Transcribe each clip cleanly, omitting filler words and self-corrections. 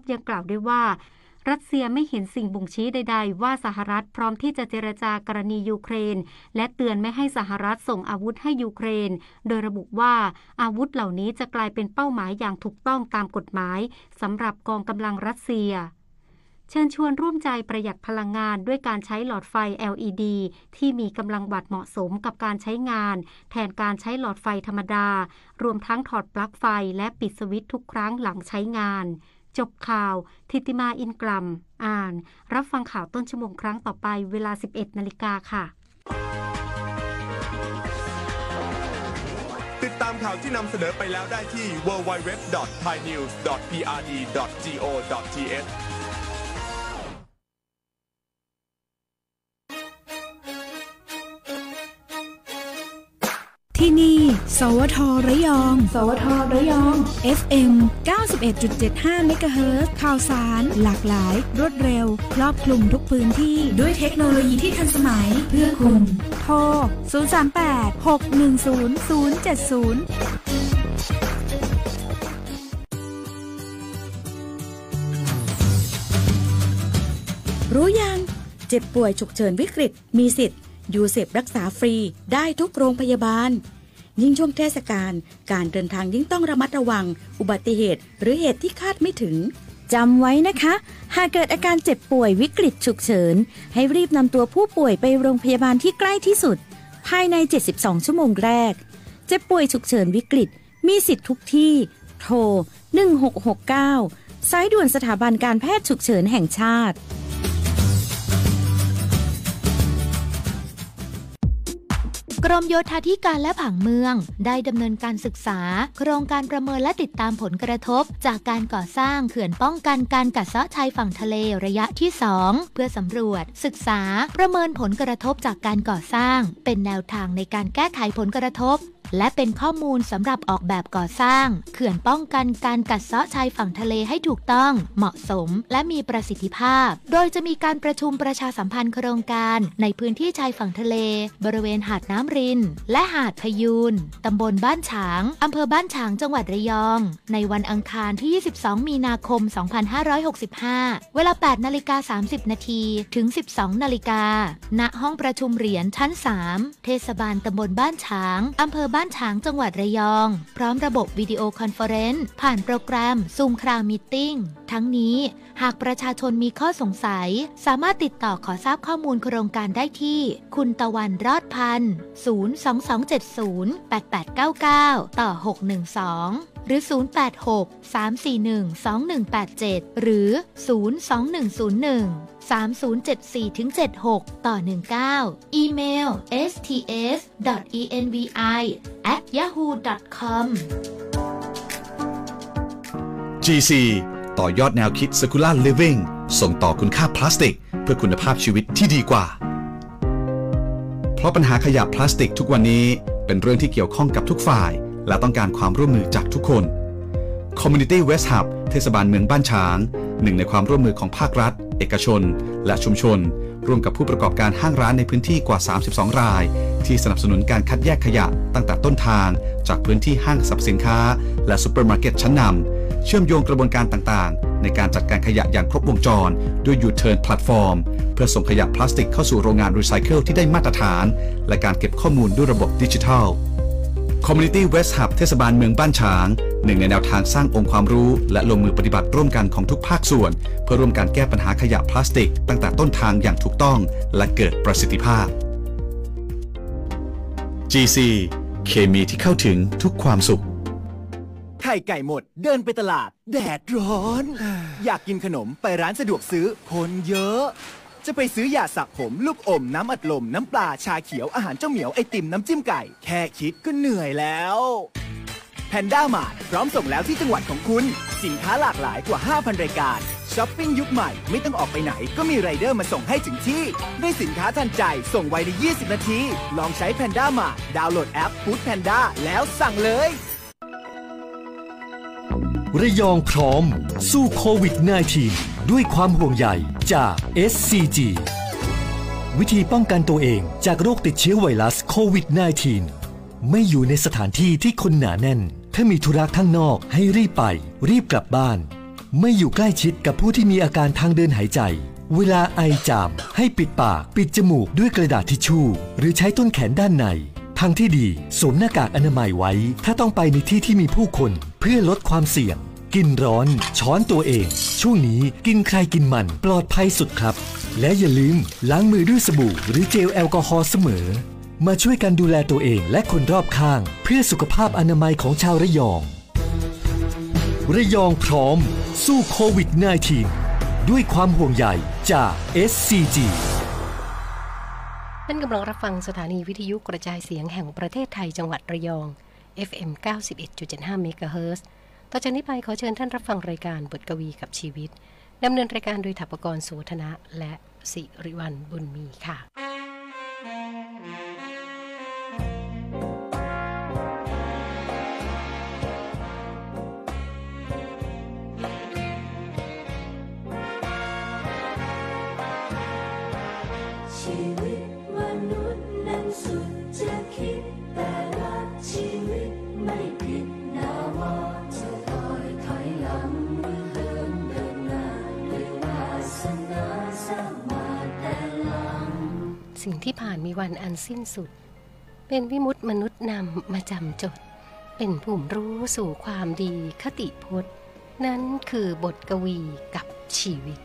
ยังกล่าวด้วยว่ารัสเซียไม่เห็นสิ่งบ่งชี้ใดๆว่าสหรัฐพร้อมที่จะเจรจากรณียูเครนและเตือนไม่ให้สหรัฐส่งอาวุธให้ยูเครนโดยระบุว่าอาวุธเหล่านี้จะกลายเป็นเป้าหมายอย่างถูกต้องตามกฎหมายสำหรับกองกำลังรัสเซียเชิญชวนร่วมใจประหยัดพลังงานด้วยการใช้หลอดไฟ LED ที่มีกำลังวัตต์เหมาะสมกับการใช้งานแทนการใช้หลอดไฟธรรมดารวมทั้งถอดปลั๊กไฟและปิดสวิตช์ทุกครั้งหลังใช้งานจบข่าวธิติมาอินกลัมอ่านรับฟังข่าวต้นชั่วโมงครั้งต่อไปเวลา 11:00 น.ค่ะติดตามข่าวที่นำเสนอไปแล้วได้ที่ www.thainews.prd.go.th ที่นี่สวทระยองสวทระยอง FM 91.75 เมกะเฮิรตซ์ข่าวสารหลากหลายรวดเร็วครอบคลุมทุกพื้นที่ด้วยเทคโนโลยีที่ทันสมัยเพื่อคุณโทร 038-610-070รู้ยังเจ็บป่วยฉุกเฉินวิกฤตมีสิทธิ์ยูเซฟรักษาฟรีได้ทุกโรงพยาบาลยิ่งช่วงเทศกาลการเดินทางยิ่งต้องระมัดระวังอุบัติเหตุหรือเหตุที่คาดไม่ถึงจำไว้นะคะหากเกิดอาการเจ็บป่วยวิกฤตฉุกเฉินให้รีบนำตัวผู้ป่วยไปโรงพยาบาลที่ใกล้ที่สุดภายใน72ชั่วโมงแรกเจ็บป่วยฉุกเฉินวิกฤตมีสิทธิ์ทุกที่โทร1669สายด่วนสถาบันการแพทย์ฉุกเฉินแห่งชาติกรมโยธาธิการและผังเมืองได้ดำเนินการศึกษาโครงการประเมินและติดตามผลกระทบจากการก่อสร้างเขื่อนป้องกันการกัดเซาะชายฝั่งทะเลระยะที่ 2เพื่อสำรวจศึกษาประเมินผลกระทบจากการก่อสร้างเป็นแนวทางในการแก้ไขผลกระทบและเป็นข้อมูลสำหรับออกแบบก่อสร้างเขื่อนป้องกันการกัดเซาะชายฝั่งทะเลให้ถูกต้องเหมาะสมและมีประสิทธิภาพโดยจะมีการประชุมประชาสัมพันธ์โครงการในพื้นที่ชายฝั่งทะเลบริเวณหาดน้ำรินและหาดพยูนตำบลบ้านฉางอำเภอบ้านฉางจังหวัดระยองในวันอังคารที่22มีนาคม2565เวลา 8:30 น.ถึง 12:00 น.ณห้องประชุมเหรียญชั้น3เทศบาลตำบลบ้านฉางอำเภอบ้านฉางจังหวัดระยองพร้อมระบบวิดีโอคอนเฟอเรนซ์ผ่านโปรแกรม Zoom Crowd Meeting ทั้งนี้หากประชาชนมีข้อสงสัยสามารถติดต่อขอทราบข้อมูลโครงการได้ที่คุณตะวันรอดพันธ์ 022708899 ต่อ 612 หรือ 086-341-2187 หรือ 02101-3074-76 ต่อ 19 อีเมล sts.envi@yahoo.com GC ต่อยอดแนวคิด Circular Living ส่งต่อคุณค่าพลาสติกเพื่อคุณภาพชีวิตที่ดีกว่าเพราะปัญหาขยะพลาสติกทุกวันนี้เป็นเรื่องที่เกี่ยวข้องกับทุกฝ่ายและต้องการความร่วมมือจากทุกคน Community Waste Hub เทศบาลเมืองบ้านฉางหนึ่งในความร่วมมือของภาครัฐเอกชนและชุมชนร่วมกับผู้ประกอบการห้างร้านในพื้นที่กว่า32รายที่สนับสนุนการคัดแยกขยะตั้งแต่ต้นทางจากพื้นที่ห้างสรรพสินค้าและซุปเปอร์มาร์เก็ตชั้นนำเชื่อมโยงกระบวนการต่างๆในการจัดการขยะอย่างครบวงจรด้วย U-Turn Platform เพื่อส่งขยะพลาสติกเข้าสู่โรงงานรีไซเคิลที่ได้มาตรฐานและการเก็บข้อมูลด้วยระบบดิจิทัล Community Waste Hub เทศบาลเมืองบ้านฉางหนึ่งในแนวทางสร้างองค์ความรู้และลงมือปฏิบัติร่วมกันของทุกภาคส่วนเพื่อร่วมการแก้ปัญหาขยะพลาสติกตั้งแต่ต้นทางอย่างถูกต้องและเกิดประสิทธิภาพ GC เคมีที่เข้าถึงทุกความสุขไข่ไก่หมดเดินไปตลาดแดดร้อนอยากกินขนมไปร้านสะดวกซื้อคนเยอะจะไปซื้อยาสระผมลูกอมน้ำอัดลมน้ำปลาชาเขียวอาหารเจ้าเหมียวไอติมน้ำจิ้มไก่แค่คิดก็เหนื่อยแล้วแพนด้ามาร์ทพร้อมส่งแล้วที่จังหวัดของคุณสินค้าหลากหลายกว่า 5,000 รายการช้อปปิ้งยุคใหม่ไม่ต้องออกไปไหนก็มีไรเดอร์มาส่งให้ถึงที่ด้วยสินค้าทันใจส่งไวใน20 นาทีลองใช้แพนด้ามาร์ทดาวน์โหลดแอป Food Panda แล้วสั่งเลยระยองพร้อมสู้โควิด -19 ด้วยความห่วงใยจาก SCG วิธีป้องกันตัวเองจากโรคติดเชื้อไวรัสโควิด -19 ไม่อยู่ในสถานที่ที่คนหนาแน่นถ้ามีธุระข้างนอกให้รีบไปรีบกลับบ้านไม่อยู่ใกล้ชิดกับผู้ที่มีอาการทางเดินหายใจเวลาไอจามให้ปิดปากปิดจมูกด้วยกระดาษทิชชู่หรือใช้ต้นแขนด้านในทางที่ดีสวมหน้ากากอนามัยไว้ถ้าต้องไปในที่ที่มีผู้คนเพื่อลดความเสี่ยงกินร้อนช้อนตัวเองช่วงนี้กินใครกินมันปลอดภัยสุดครับและอย่าลืมล้างมือด้วยสบู่หรือเจลแอลกอฮอล์เสมอมาช่วยกันดูแลตัวเองและคนรอบข้างเพื่อสุขภาพอนามัยของชาวระยองระยองพร้อมสู้โควิด -19 ด้วยความห่วงใยจาก SCG ท่านกำลังรับฟังสถานีวิทยุกระจายเสียงแห่งประเทศไทยจังหวัดระยอง FM 91.75 เมกะเฮิรตซ์ ต่อจากนี้ไปขอเชิญท่านรับฟังรายการบทกวีกับชีวิตดำเนินรายการโดยถาปกรณ์โสธนะและสิริวัลย์บุญมีค่ะชีวิตมนุษย์นั้นสุดจะคิดแต่ละชีวิตไม่ผิดนาว่าจะคอยถอยหลังหรือเดินหน้าด้วยวาสนาสร้างมาแต่หลังสิ่งที่ผ่านมีวันอันสิ้นสุดเป็นวิมุตติมนุษย์นำมาจำจดเป็นภูมิรู้สู่ความดีคติพจน์นั้นคือบทกวีกับชีวิต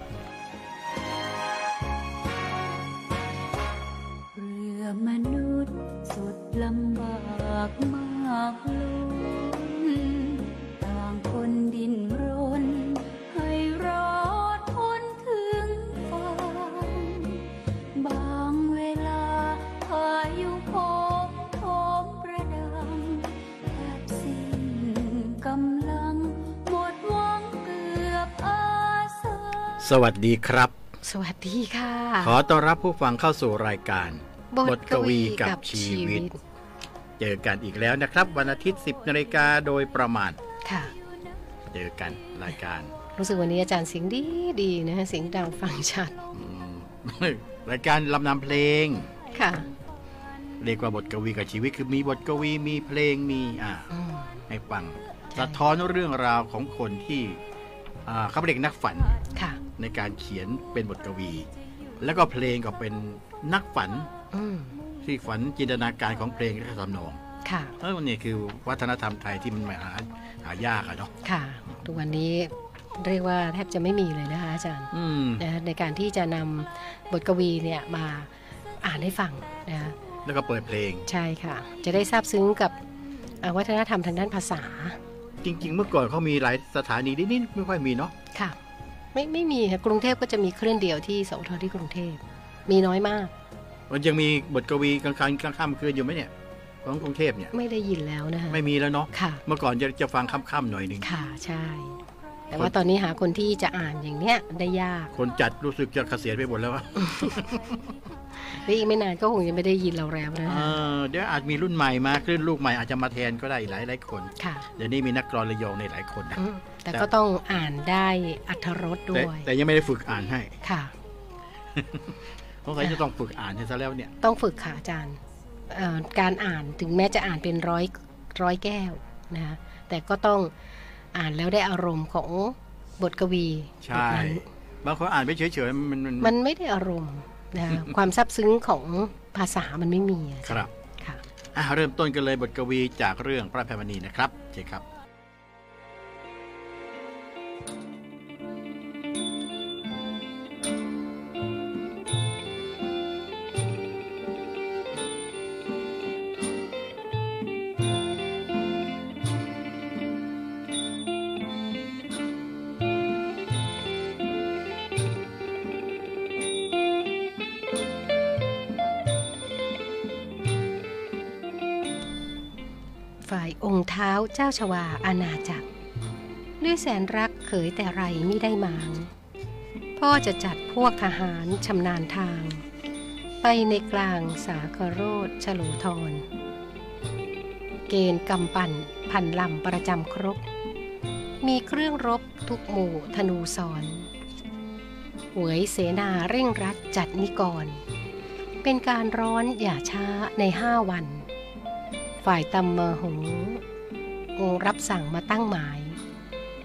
มนุษย์สุดลำบากมากล้นต่างคนดิ้นรนให้รอดพ้นถึงฝั่งบางเวลาพายุโหมโหมประดังแทบสิ้นกำลังหมดหวังเกือบอาสาสวัสดีครับสวัสดีค่ะขอต้อนรับผู้ฟังเข้าสู่รายการบทกวีกับชีวิตเจอกันอีกแล้วนะครับวันอาทิตย์ 10 นาฬิกาโดยประมาณค่ะเจอกันรายการรู้สึกวันนี้อาจารย์เสียงดีนะฮะเสียงดังฟังชัดรายการลำนำเพลงค่ะเรียกว่าบทกวีกับชีวิตคือมีบทกวีมีเพลงมีให้ฟังสะท้อนเรื่องราวของคนที่เขาเรียกนักฝันในการเขียนเป็นบทกวีแล้วก็เพลงก็เป็นนักฝันที่ฝันจินตนาการของเพลงและทำนองค่ะนี่คือวัฒนธรรมไทยที่มันหายากอะเนาะค่ะทุกวันนี้เรียกว่าแทบจะไม่มีเลยนะคะอาจารย์ในการที่จะนำบทกวีเนี่ยมาอ่านให้ฟังนะแล้วก็เปิดเพลงใช่ค่ะจะได้ซาบซึ้งกับวัฒนธรรมทางด้านภาษาจริงๆเมื่อก่อนเขามีหลายสถานีนิดๆไม่ค่อยมีเนาะค่ะไม่มีค่ะกรุงเทพก็จะมีคลื่นเดียวที่สวทที่กรุงเทพมีน้อยมากมันยังมีบทกวีกลางค่ำคืนอยู่ไหมเนี่ยของกรุงเทพเนี่ยไม่ได้ยินแล้วนะคะไม่มีแล้วเนาะเมื่อก่อนจะฟังค่ำๆหน่อยนึงค่ะใช่แต่ว่าตอนนี้หาคนที่จะอ่านอย่างเนี้ยได้ยากคนจัดรู้สึกจะเกษียณไปหมดแล้วอีกไม่นานก็คงจะไม่ได้ยินเราแล้วนะเดี๋ยวอาจมีรุ่นใหม่มาคลื่นลูกใหม่อาจจะมาแทนก็ได้หลายคนเดี๋ยวนี้มีนักกลอนระยองในหลายคนนะแต่ก็ต้องอ่านได้อรรถรสด้วยแต่ยังไม่ได้ฝึกอ่านให้ค่ะสงสัยจะต้องฝึกอ่านให้ซะแล้วเนี่ยต้องฝึกค่ะอาจารย์การอ่านถึงแม้จะอ่านเป็นร้อยแก้วนะแต่ก็ต้องอ่านแล้วได้อารมณ์ของบทกวีใช่บางคนอ่านไปเฉยๆมันไม่ได้อารมณ์นะความซับซึ้งของภาษามันไม่มีครับค่ะเริ่มต้นกันเลยบทกวีจากเรื่องพระอภัยมณีนะครับเชิญครับฝ่ายองค์เท้าเจ้าชวาอาณาจักรด้วยแสนรักเขยแต่ไรไม่ได้หมางพ่อจะจัดพวกทหารชำนาญทางไปในกลางสาคโรธฉโลธรเกณฑ์กำปั่นพันลำประจำครบมีเครื่องรบทุกหมู่ธนูสอนหวยเสนาเร่งรัดจัดนิกรเป็นการร้อนอย่าช้าใน5 วันฝ่ายตำมหงรับสั่งมาตั้งหมาย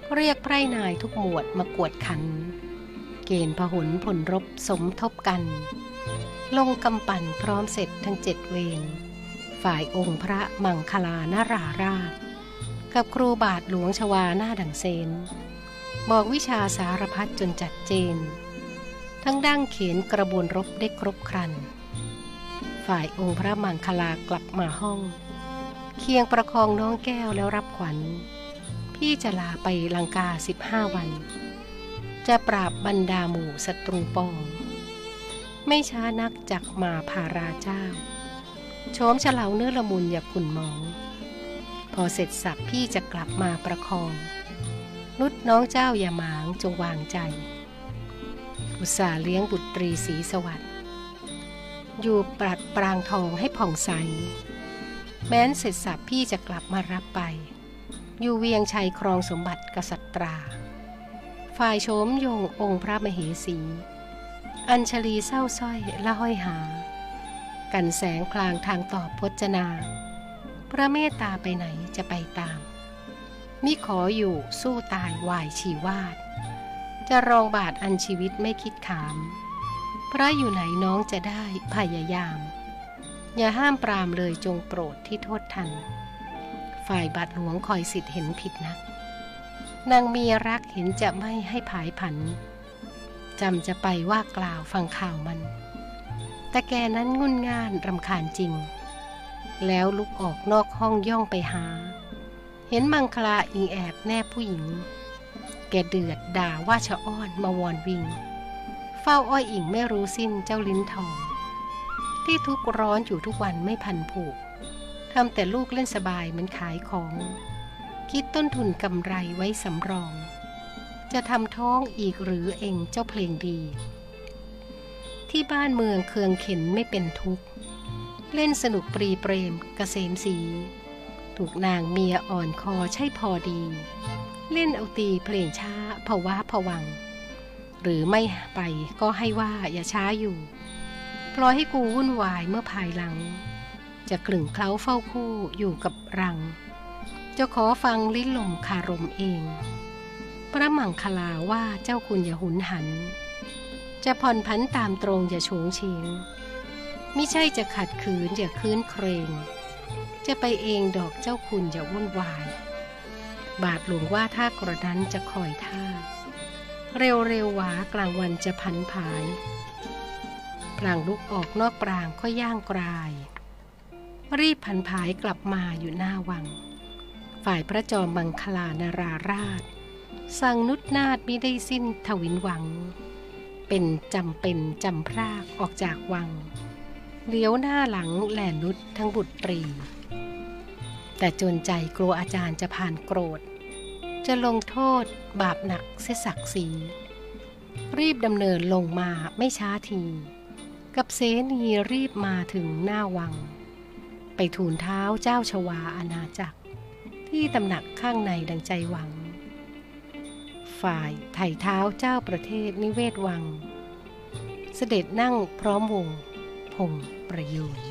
เรียกไพร่นายทุกหมวดมากวดขันเกณฑ์พหลพลรบสมทบกันลงกำปั่นพร้อมเสร็จทั้ง7 เวรฝ่ายองค์พระมังคลานาราราชกับครูบาทหลวงชวาหน้าดั่งเซนบอกวิชาสารพัดจนจัดเจนทั้งดั้งเขียนกระบวนรบได้ครบครันฝ่ายองค์พระมังคลากลับมาห้องเคียงประคองน้องแก้วแล้วรับขวัญพี่จะลาไปลังกา15 วันจะปราบบรรดาหมู่ศัตรูปองไม่ช้านักจักมาพาราเจ้าโฉมเฉลาเนื้อละมุนอย่าขุ่นหมองพอเสร็จสับพี่จะกลับมาประคองนุชน้องเจ้าอย่าหมางจงวางใจอุตส่าห์เลี้ยงบุตรีศรีสวัสดิ์อยู่ปรัดปรางทองให้ผ่องใสแม้นเสร็จสับพี่จะกลับมารับไปอยู่เวียงชัยครองสมบัติกษัตราฝ่ายโฉมยงองค์พระมเหสีอัญชลีเศร้าส้อยละห้อยหากันแสงคลางทางตอบพจนาพระเมตตาไปไหนจะไปตามมิขออยู่สู้ตายวายชีวาดจะรองบาทอันชีวิตไม่คิดขามพระอยู่ไหนน้องจะได้พยายามอย่าห้ามปรามเลยจงโปรดที่โทษทันฝ่ายบาทหลวงคอยสิทธิ์เห็นผิดนักนางเมียรักเห็นจะไม่ให้ผายผันจำจะไปว่ากล่าวฟังข่าวมันแต่แกนั้นงุ่นง่านรำคาญจริงแล้วลุกออกนอกห้องย่องไปหาเห็นมังคลาอิงแอบแนบผู้หญิงแกเดือดด่าว่าชะอ้อนมาวอนวิงเฝ้าอ้อยอิงไม่รู้สิ้นเจ้าลิ้นทองที่ทุกข์ร้อนอยู่ทุกวันไม่พันผูกทำแต่ลูกเล่นสบายเหมือนขายของคิดต้นทุนกำไรไว้สำรองจะทำท้องอีกหรือเองเจ้าเพลงดีที่บ้านเมืองเคืองเข็นไม่เป็นทุกข์เล่นสนุกปรีเปรมเกษมศรีถูกนางเมียอ่อนคอใช่พอดีเล่นเอาตีเพลงช้าผวาผวังหรือไม่ไปก็ให้ว่าอย่าช้าอยู่ปล่อยให้กูวุ่นวายเมื่อภายหลังจะกลึงเคล้าเฝ้าคู่อยู่กับรังจะขอฟังลิ้นลมคารมเองพระมังคลาว่าเจ้าคุณอย่าหุนหันจะผ่อนผันตามตรงอย่าโฉงเฉงมิใช่จะขัดขืนอย่าคืนเครงจะไปเองดอกเจ้าคุณอย่าวุ่นวายบาทหลวงว่าถ้ากระนั้นจะคอยท่าเร็วๆหวากลางวันจะพันผายพลางลุกออกนอกปรางก็ย่างกรายรีบพันผายกลับมาอยู่หน้าวังฝ่ายพระจอมมังคลานาราราชสั่งนุชนาถมิได้สิ้นทวินหวังเป็นจำพรากออกจากวังเลี้ยวหน้าหลังแหล่นุชทั้งบุตรีแต่จนใจกลัวอาจารย์จะผ่านโกรธจะลงโทษบาปหนักเสียศักดิ์ศรีรีบดำเนินลงมาไม่ช้าทีกับเสนีรีบมาถึงหน้าวังไปทูลเท้าเจ้าชวาอาณาจักรที่ตำหนักข้างในดังใจหวังฝ่ายไถ่เท้าเจ้าประเทศนิเวศวังเสด็จนั่งพร้อมวงพงประยูร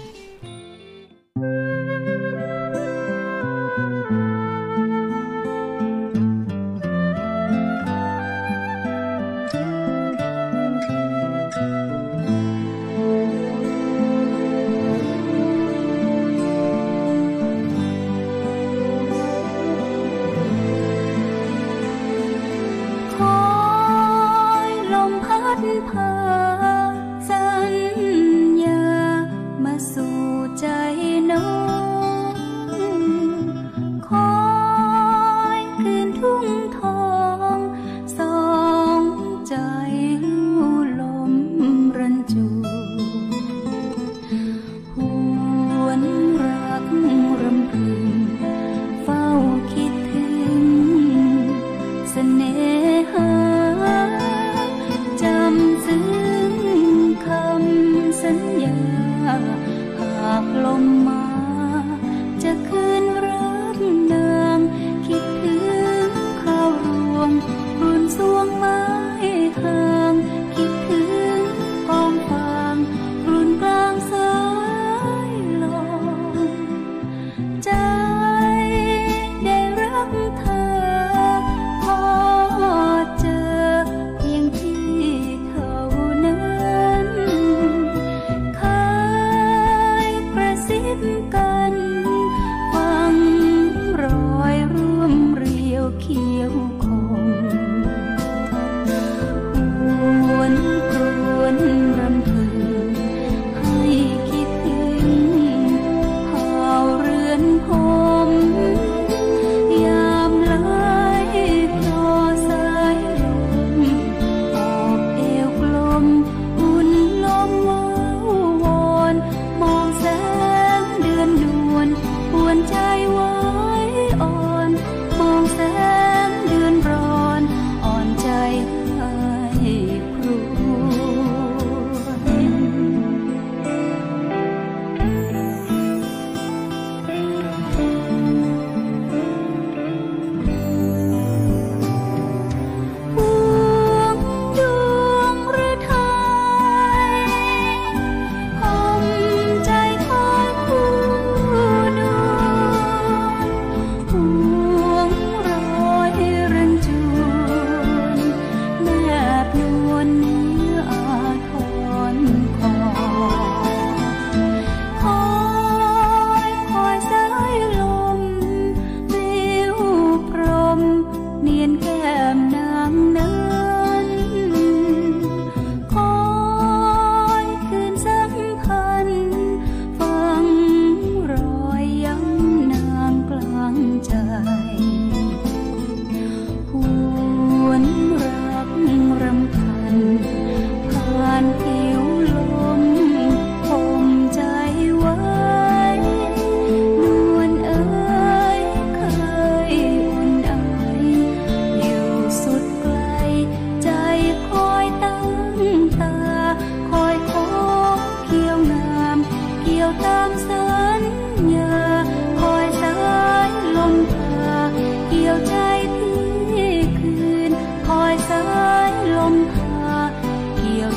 จำซึ้ง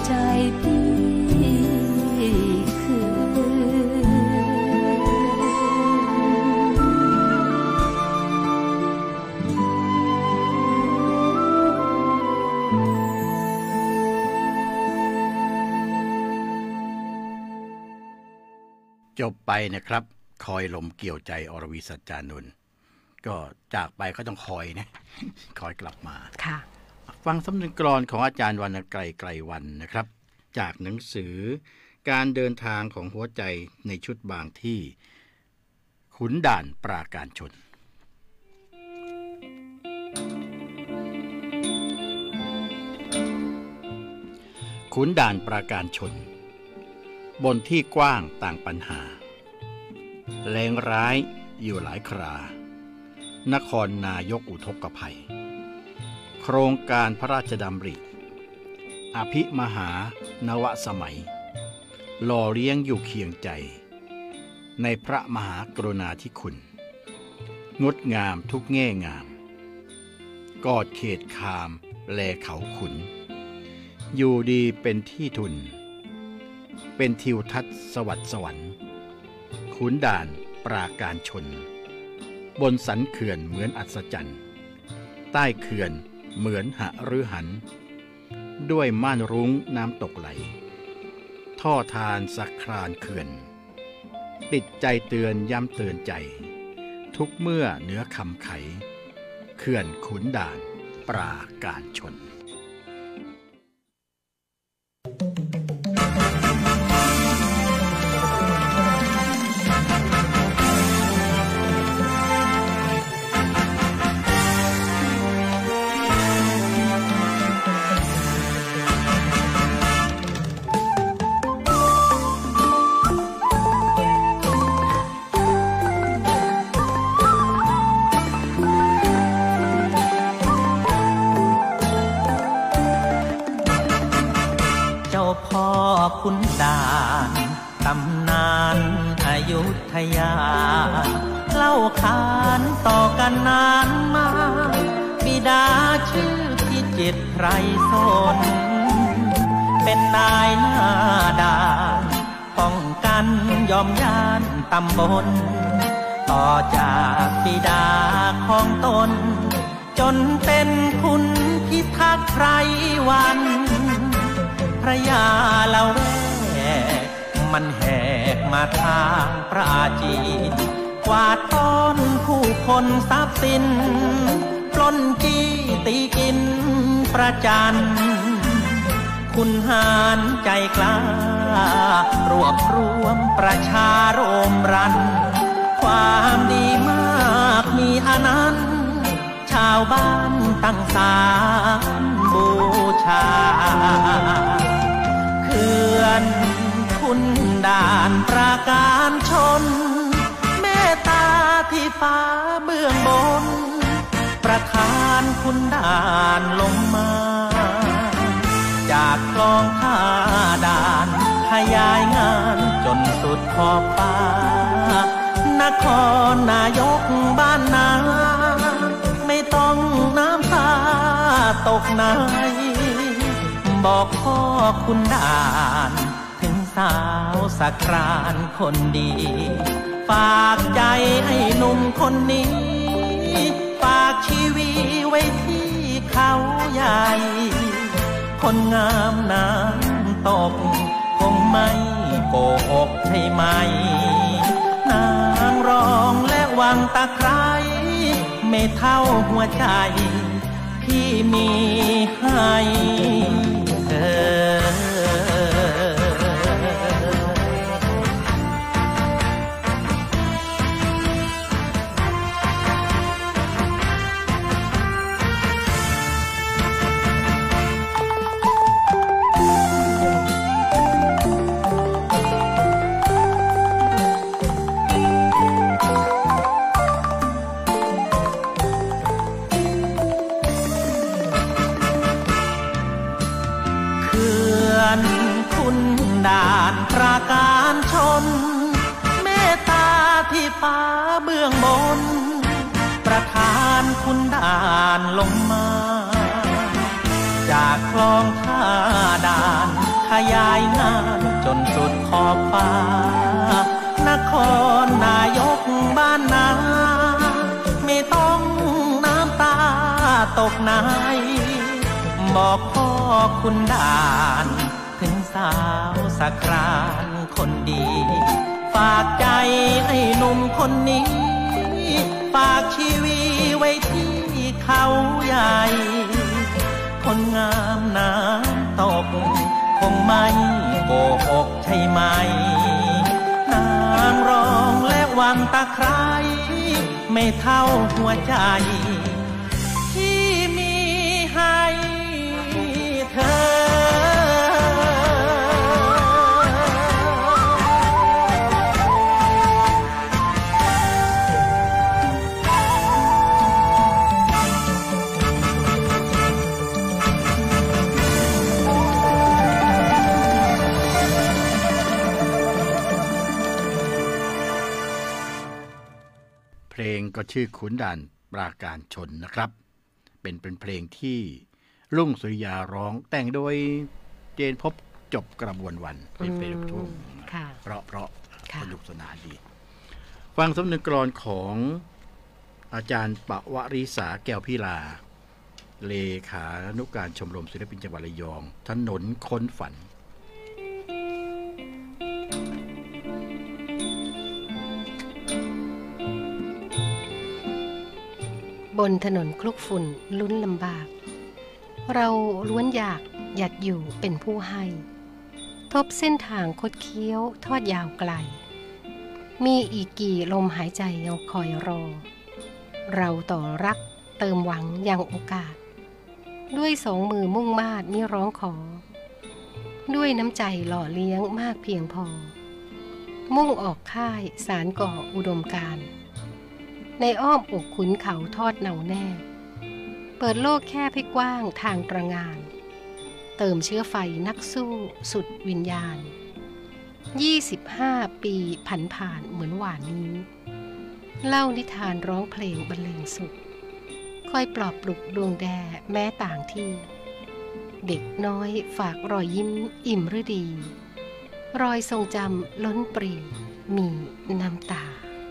ใจพี่คืนจบไปนะครับคอยลมเกี่ยวใจอรวีสัจจานนท์ก็จากไปก็ต้องคอยนะคอยกลับมาค่ะฟังสำเนียงกลอนของอาจารย์วรรณไกรไกรวรรณนะครับจากหนังสือการเดินทางของหัวใจในชุดบางที่ขุนด่านปราการชนขุนด่านปราการชนบนที่กว้างต่างปัญหาแรงร้ายอยู่หลายครานครนายกอุทกภัยโครงการพระราชดำริอภิมหานวสมัยหล่อเลี้ยงอยู่เคียงใจในพระมหากรุณาธิคุณงดงามทุกแง่งามกอดเขตคามแลเขาขุนอยู่ดีเป็นที่ทุนเป็นทิวทัศน์สวัสดิ์สวรรค์ขุนด่านปราการชนบนสันเขื่อนเหมือนอัศจรรย์ใต้เขื่อนเหมือนหฤหันด้วยม่านรุ้งน้ำตกไหลท่อทานสักครานเขื่อนติดใจเตือนย้ำเตือนใจทุกเมื่อเหนือคำไขเขื่อนขุนด่านปราการชนขุนด่านตำนานอยุธยาเล่าขานต่อกันนานมาบิดาชื่อพิจิตรไพรสนเป็นนายหน้าด่านป้องกันยอมย่านตำบลต่อจากบิดาของตนจนเป็นคุณพิทักษ์ไพรวันพระยาเหล่าแร่มันแหกมาทางปราจีนกวาดต้อนผู้คนทรัพย์สินปล้นจี้ตีกินประจันคุณหารใจกล้ารวบรวมประชาโรมรันความดีมากมีอนันต์ชาวบ้านตั้งศาลบูชาเขื่อนขุนด่านปราการชนเมตตาที่ฟ้าเบื้องบนประทานขุนด่านลงมาจากคลองท่าด่านขยายงานจนสุดขอบฟ้านครนายกบ้านนาไม่ต้องน้ำตาตกในบอกพ่อขุนด่านถึงสาวสักรานคนดีฝากใจให้หนุ่มคนนี้ฝากชีวิตไว้ที่เขาใหญ่คนงามน้ำตกคงไม่โกหกใช่ไหมนางรองและวังตะไคร้ไม่เท่าหัวใจที่มีให้เธอขุนด่านปราการชนเมตตาที่ฟ้าเบื้องบนประทานขุนด่านลงมาจากคลองท่าด่านขขยายงานจนสุดขอบฟ้านครนายกบ้านนาไม่ต้องน้ำตาตกในบอกพ่อคุณด่านถึงสาวสักรานคนดีฝากใจให้หนุ่มคนนี้ฝากชีวิตไว้ที่เขาใหญ่คนงามน้ำตกคงไม่โกหกใช่ไหมนางรองและวังตะไคร้ไม่เท่าหัวใจที่มีให้เธอเพลงก็ชื่อขุนด่านปราการชนนะครับเป็นเพลงที่รุ่งสุริยาร้องแต่งโดยเจนพบจบกระบวนวันเป็นเพลงลูกทุ่งเพราะสนุกสนานดีฟังสำนึกกลอนของอาจารย์ปวริษาแก้วพิลาเลขานุการชมรมศิลปินจังหวัดระยองถนนค้นฝันบนถนนคลุกฝุ่นลุ้นลำบากเราล้วนอยากหยัดอยู่เป็นผู้ให้ทบเส้นทางคดเคี้ยวทอดยาวไกลมีอีกกี่ลมหายใจยังคอยรอเราต่อรักเติมหวังยังโอกาสด้วยสองมือมุ่งมาดมิร้องขอด้วยน้ำใจหล่อเลี้ยงมากเพียงพอมุ่งออกค่ายสารก่ออุดมการณ์ในอ้อมอกขุนเขาทอดเหนาแน่เปิดโลกแคบให้กว้างทางตระงานเติมเชื้อไฟนักสู้สุดวิญญาณ25 ปีผ่านเหมือนหวานนี้เล่านิทานร้องเพลงบรรเลงสุขคอยปลอบปลุกดวงแดแม้ต่างที่เด็กน้อยฝากรอยยิ้มอิ่มฤดีรอยทรงจำล้นปรีมีน้ำตา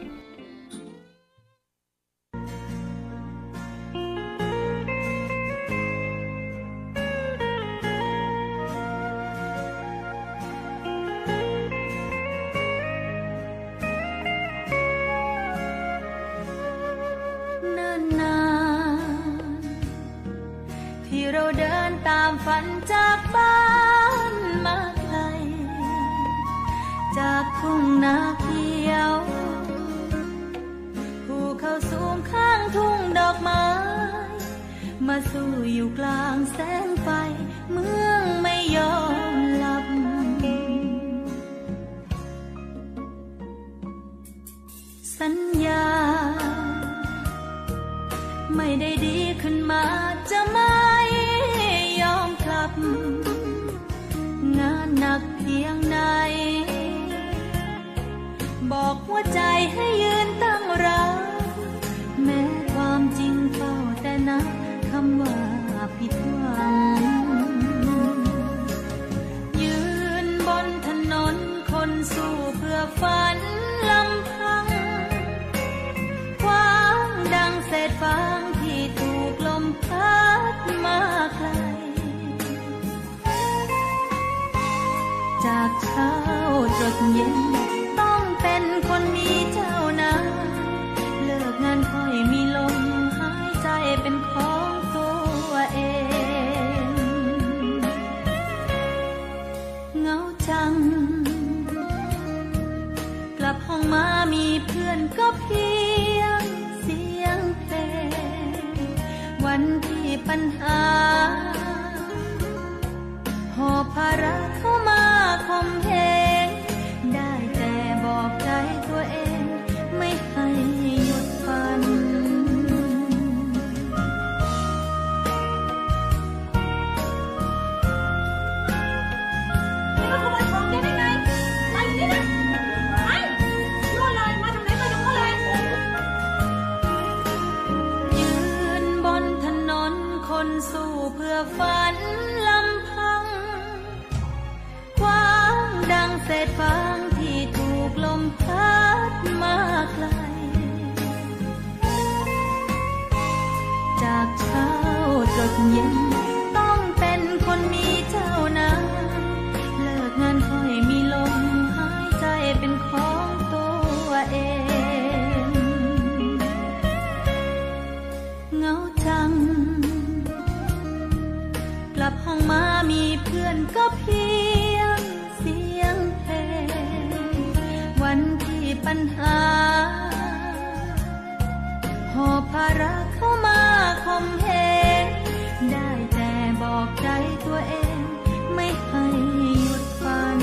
ตามฝันจากบ้านมาไกลจากทุ่งนาเขียวภูเขาสูงข้างทุ่งดอกไม้มาสู่อยู่กลางแสงไฟเมืองไม่ยอมหลับสัญญาไม่ได้ดีขึ้นมาจะไม่ยอมกลับงานหนักเพียงไหนบอกหัวใจให้ยืนตั้งรับแม้ความจริงเฝ้าแต่นับคำว่าผิดหวังยืนบนถนนคนสู้เพื่อฝันลำพังคว้างดังเศษฟางที่ถูกลมพัดมาไกลจากเช้าจดเย็นต้องเป็นคนมีเจ้านายเลิกงานค่อยมีลมหายใจเป็นของตัวเองเหงาจังกลับห้องมามีเพื่อนก็เพียงเสียงเพลงวันที่ปัญหาหอบภาระเข้ามาข่มเหงได้แต่เย็นต้องเป็นคนมีเจ้านายเลิกงานค่อยมีลมหายใจเป็นของตัวเองเหงาจังกลับห้องมามีเพื่อนก็เพียงเสียงเพลงวันที่ปัญหาหอบภาระเข้ามาข่มเหงได้แต่บอกใจตัวเองไม่ให้หยุดฝัน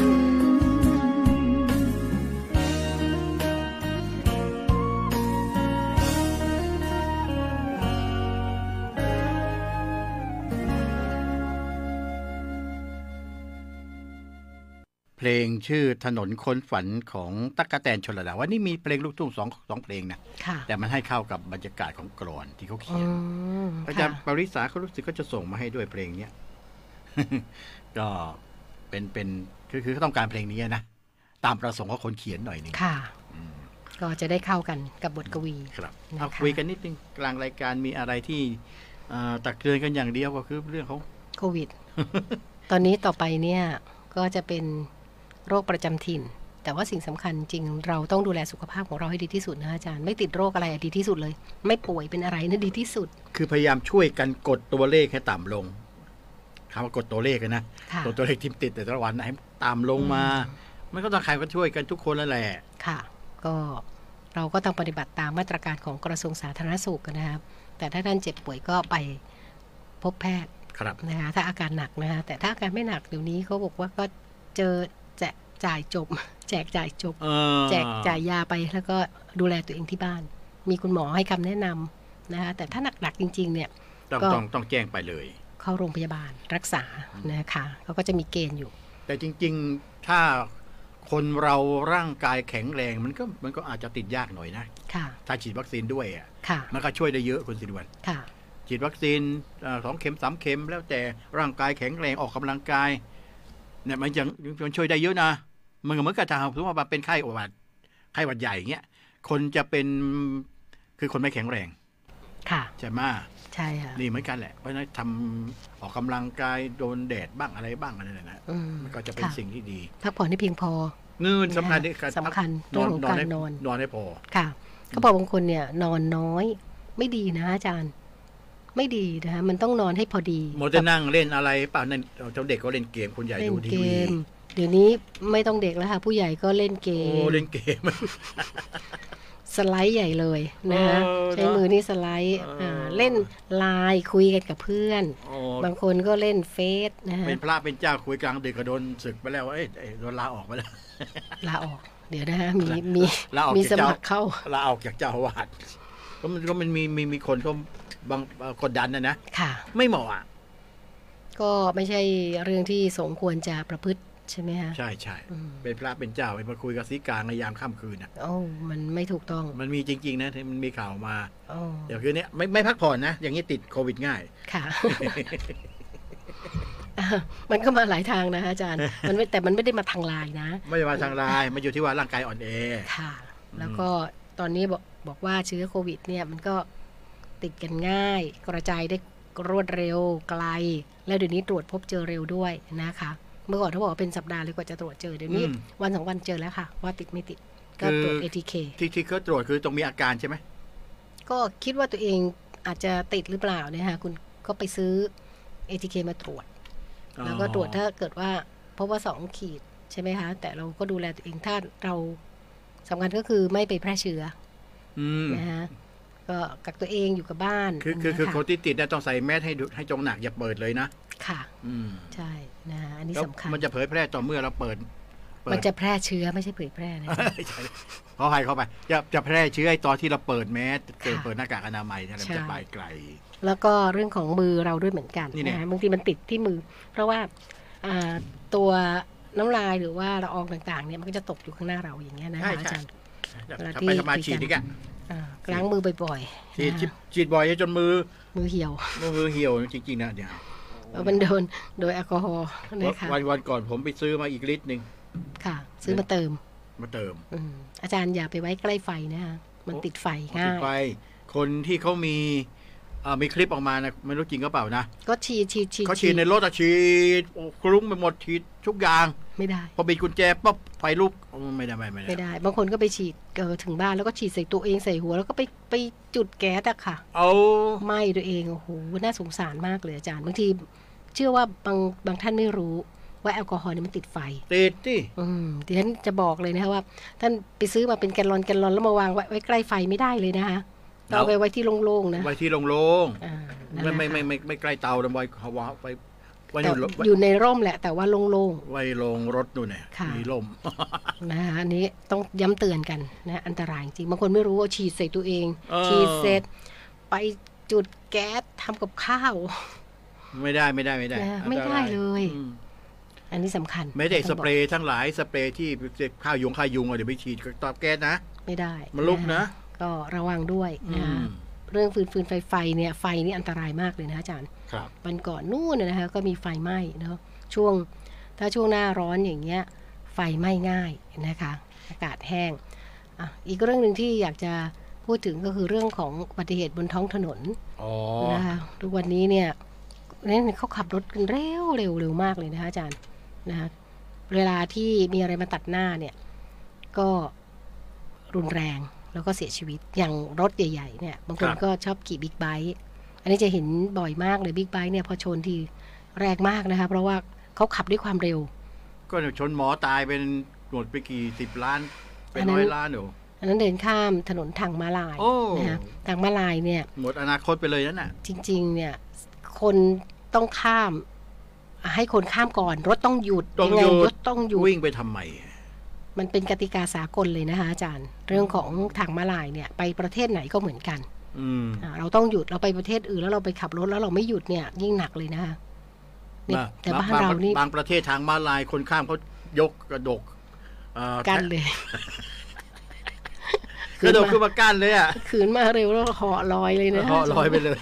เพลงชื่อถนนคนฝันของตั๊กแตนชลดาวันนี้มีเพลงลูกทุ่งสองเพลงนะแต่มันให้เข้ากับบรรยากาศของกลอนที่เขาเขียนอาจารย์ปริษาเขารู้สึกก็จะส่งมาให้ด้วยเพลงนี้ ก็เป็นคือเขาต้องการเพลงนี้นะตามประสงค์ของคนเขียนหน่อยนึงค่ะก็จะได้เข้ากันกับบทกวีครับเอาคุยกันนิดนึงกลางรายการมีอะไรที่ตักเตือนกันอย่างเดียวก็คือเรื่องของโควิด ตอนนี้ต่อไปเนี่ยก็จะเป็นโรคประจำถิ่นแต่ว่าสิ่งสำคัญจริงเราต้องดูแลสุขภาพของเราให้ดีที่สุดนะอาจารย์ไม่ติดโรคอะไรดีที่สุดเลยไม่ป่วยเป็นอะไรนั่นดีที่สุดคือพยายามช่วยกันกดตัวเลขให้ต่ำลงคำว่ากดตัวเลขนะตัวเลขที่ติดแต่ละวันให้ต่ำลงมามันก็ต้องใครก็ช่วยกันทุกคนแล้วแหละค่ะก็เราก็ต้องปฏิบัติตามมาตรการของกระทรวงสาธารณสุขนะครับแต่ถ้าท่านเจ็บป่วยก็ไปพบแพทย์นะคะถ้าอาการหนักนะคะแต่ถ้าอาการไม่หนักเดี๋ยวนี้เขาบอกว่าก็เจอแจกจ่ายจบแจกจ่ายจบแจกจ่ายยาไปแล้วก็ดูแลตัวเองที่บ้านมีคุณหมอให้คำแนะนำนะคะแต่ถ้าหนักๆจริงๆเนี่ยต้องแจ้งไปเลยเข้าโรงพยาบาลรักษานะคะเขาก็จะมีเกณฑ์อยู่แต่จริงๆถ้าคนเราร่างกายแข็งแรงมันก็อาจจะติดยากหน่อยนะถ้าฉีดวัคซีนด้วยมันก็ช่วยได้เยอะคุณสิริวัลย์ฉีดวัคซีน2 เข็ม3 เข็มแล้วแต่ร่างกายแข็งแรงออกกำลังกายเนี่ยมันช่วยได้เยอะนะมันเหมือนกับถ้าสมมติว่าเป็นไข้หวัดใหญ่เงี้ยคนจะเป็นคือคนไม่แข็งแรงใช่ไหมใช่ค่ะนี่เหมือนกันแหละเพราะฉะนั้นทำออกกำลังกายโดนแดดบ้างอะไรบ้างอะไรนะมันก็จะเป็นสิ่งที่ดีพักผ่อนให้เพียงพอสำคัญเรื่องของการนอนให้พอค่ะเขาบอกบางคนเนี่ยนอนน้อยไม่ดีนะอาจารย์ไม่ดีนะคะมันต้องนอนให้พอดีโมจะนั่งเล่นอะไรป่ะนั่นเจ้าเด็กก็เล่นเกมคนใหญ่ดูทีวีเดี๋ยวนี้ไม่ต้องเด็กแล้วค่ะผู้ใหญ่ก็เล่นเกมเล่นเกมสไลด์ใหญ่เลยนะคะใช้มือนี่สไลด์เล่นไลน์คุยกันกับเพื่อนบางคนก็เล่นเฟซนะคะเป็นพระเป็นเจ้าคุยกลางดึกก็โดนศึกไปแล้วโดนลาออกไปแล้วลาออกเดี๋ยวนะคะมีสมัครเข้าลาออกจากเจ้าอาวาสก็มันมีคนก็บางกดดันนะไม่เหมาะก็ไม่ใช่เรื่องที่สมควรจะประพฤติใช่ไหมคะใช่เป็นพระเป็นเจ้าไปมาคุยกับศรีกาในยามค่ำคืนอ่ะมันไม่ถูกต้องมันมีจริงๆนะที่มันมีข่าวมาเดี๋ยวคืนนี้ไม่พักผ่อนนะอย่างนี้ติดโควิดง่ายค่ะ มันก็มาหลายทางนะอาจารย์แต่มันไม่ได้มาทางไลน์นะไม่ได้มาทางไลน์มันอยู่ที่ว่าร่างกายอ่อนแอค่ะแล้วก็ตอนนี้บอกว่าเชื้อโควิดเนี่ยมันก็ติดกันง่ายกระจายได้รวดเร็วไกลแล้วเดี๋ยวนี้ตรวจพบเจอเร็วด้วยนะคะเมื่อก่อนเขาบอกว่าเป็นสัปดาห์เลยกว่าจะตรวจเจอเดี๋ยวนี้วัน2 วันเจอแล้วค่ะว่าติดไม่ติดก็ตรวจ ATK ที่เขาตรวจคือต้องมีอาการใช่ไหมก็คิดว่าตัวเองอาจจะติดหรือเปล่าเนี่ยค่ะคุณก็ไปซื้อ ATK มาตรวจแล้วก็ตรวจถ้าเกิดว่าเพราะว่า2 ขีดใช่ไหมคะแต่เราก็ดูแลตัวเองถ้าเราสำคัญก็คือไม่ไปแพร่เชื้อนะคะก็กักตัวเองอยู่กับบ้านคือคนที่ติดต้องใส่แมสให้จงหนักอย่าเปิดเลยนะค่ะใช่นะอันนี้สำคัญมันจะเผยแพร่ต่อเมื่อเราเปิดมันจะแพร่เชื้อไม่ใช่เผยแพร่นะเข้าไปจะแพร่เชื้อตอนที่เราเปิดแมสเปิดหน้ากากอนามัยอะไรจะไปไกลแล้วก็เรื่องของมือเราด้วยเหมือนกันนะบางทีมันติดที่มือเพราะว่าตัวน้ำลายหรือว่าละอองต่างๆเนี่ยมันก็จะตกอยู่ข้างหน้าเราอย่างเงี้ยนะอาจารย์ที่ไปทำมาฉีดอีกล้างมือบ่อยๆฉีดบ่อยจนมือเหี่ยวจริงๆนะเดี๋ยวมันโดยแอลกอฮอล์นะคะวันก่อนผมไปซื้อมาอีกลิตรนึงค่ะซื้อมาเติมอาจารย์อย่าไปไว้ใกล้ไฟนะคะมันติดไฟง่ายไฟคนที่เขามีมีคลิปออกมานะไม่รู้จริงก็เปล่านะก็ฉีดเขาฉีดในรถฉีดคลุ้งไปหมดฉีดทุกอย่างไม่ได้พอบิดกุญแจปั๊บไฟลุกไม่ได้บางคนก็ไปฉีดถึงบ้านแล้วก็ฉีดใส่ตัวเองใส่หัวแล้วก็ไปจุดแก๊สอะค่ะไหม้ตัวเองโอ้โหน่าสงสารมากเลยอาจารย์บางทีเชื่อว่าบางท่านไม่รู้ว่าแอลกอฮอล์นี่มันติดไฟติดที่ดิฉันจะบอกเลยนะคะว่าท่านไปซื้อมาเป็นแกลลอนแล้วมาวางไว้ใกล้ไฟไม่ได้เลยนะคะเอาไว้ที่โล่งๆนะไว้ที่โล่งๆไม่ใกล้เตาไว้เขาว่าไว้อยู่ในร่มแหละแต่ว่าโล่งๆไว้ลงรถนู่นเนี่ยมีร่มนะคะอันนี้ต้องย้ำเตือนกันนะอันตรายจริงบางคนไม่รู้ว่าฉีดใส่ตัวเองฉีดเสร็จไปจุดแก๊สทำกับข้าวไม่ได้ไม่ได้เลยอันนี้สำคัญไม่ได้สเปรย์ทั้งหลายสเปรย์ที่ข้าวยุงเดี๋ยวไปฉีดต่อแก๊สนะไม่ได้มันลุกนะก็ระวังด้วยนะเรื่องฟืนไฟเนี่ยไฟนี่อันตรายมากเลยนะอาจารย์วันก่อนนู่นนะคะก็มีไฟไหม้เนาะถ้าช่วงหน้าร้อนอย่างเงี้ยไฟไหม้ง่ายนะคะอากาศแห้งอีกเรื่องนึงที่อยากจะพูดถึงก็คือเรื่องของอุบัติเหตุบนท้องถนนนะคะทุกวันนี้เนี่ยเขาขับรถกันเร็วมากเลยนะคะอาจารย์นะคะเวลาที่มีอะไรมาตัดหน้าเนี่ยก็รุนแรงแล้วก็เสียชีวิตอย่างรถใหญ่ๆเนี่ยบางคนก็ชอบขี่บิ๊กไบค์อันนี้จะเห็นบ่อยมากเลยบิ๊กไบค์เนี่ยพอชนทีแรงมากนะคะเพราะว่าเขาขับด้วยความเร็วก็ชนหมอตายเป็นหมดไปกี่10 ล้านเป็น100 ล้านหนูอันนั้นเดินข้ามถนนทางม้าลายนะคะทางม้าลายเนี่ยหมดอนาคตไปเลยนั่นน่ะจริงๆเนี่ยคนต้องข้ามให้คนข้ามก่อนรถต้องหยุดยังไงรถต้องหยุดวิ่งไปทำไมมันเป็นกติกาสากลเลยนะคะอาจารย์เรื่องของทางม้าลายเนี่ยไปประเทศไหนก็เหมือนกันเราต้องหยุดเราไปประเทศอื่นแล้วเราไปขับรถแล้วเราไม่หยุดเนี่ยยิ่งหนักเลยนะคะแต่บ้านเรานี่บางประเทศทางม้าลายคนข้ามเขายกกระดกกันเลยกระดกขึ้นมากั้นเลยอ่ะขืนมาเร็วแล้วห่อลอยเลยนะห่อลอยไปเลย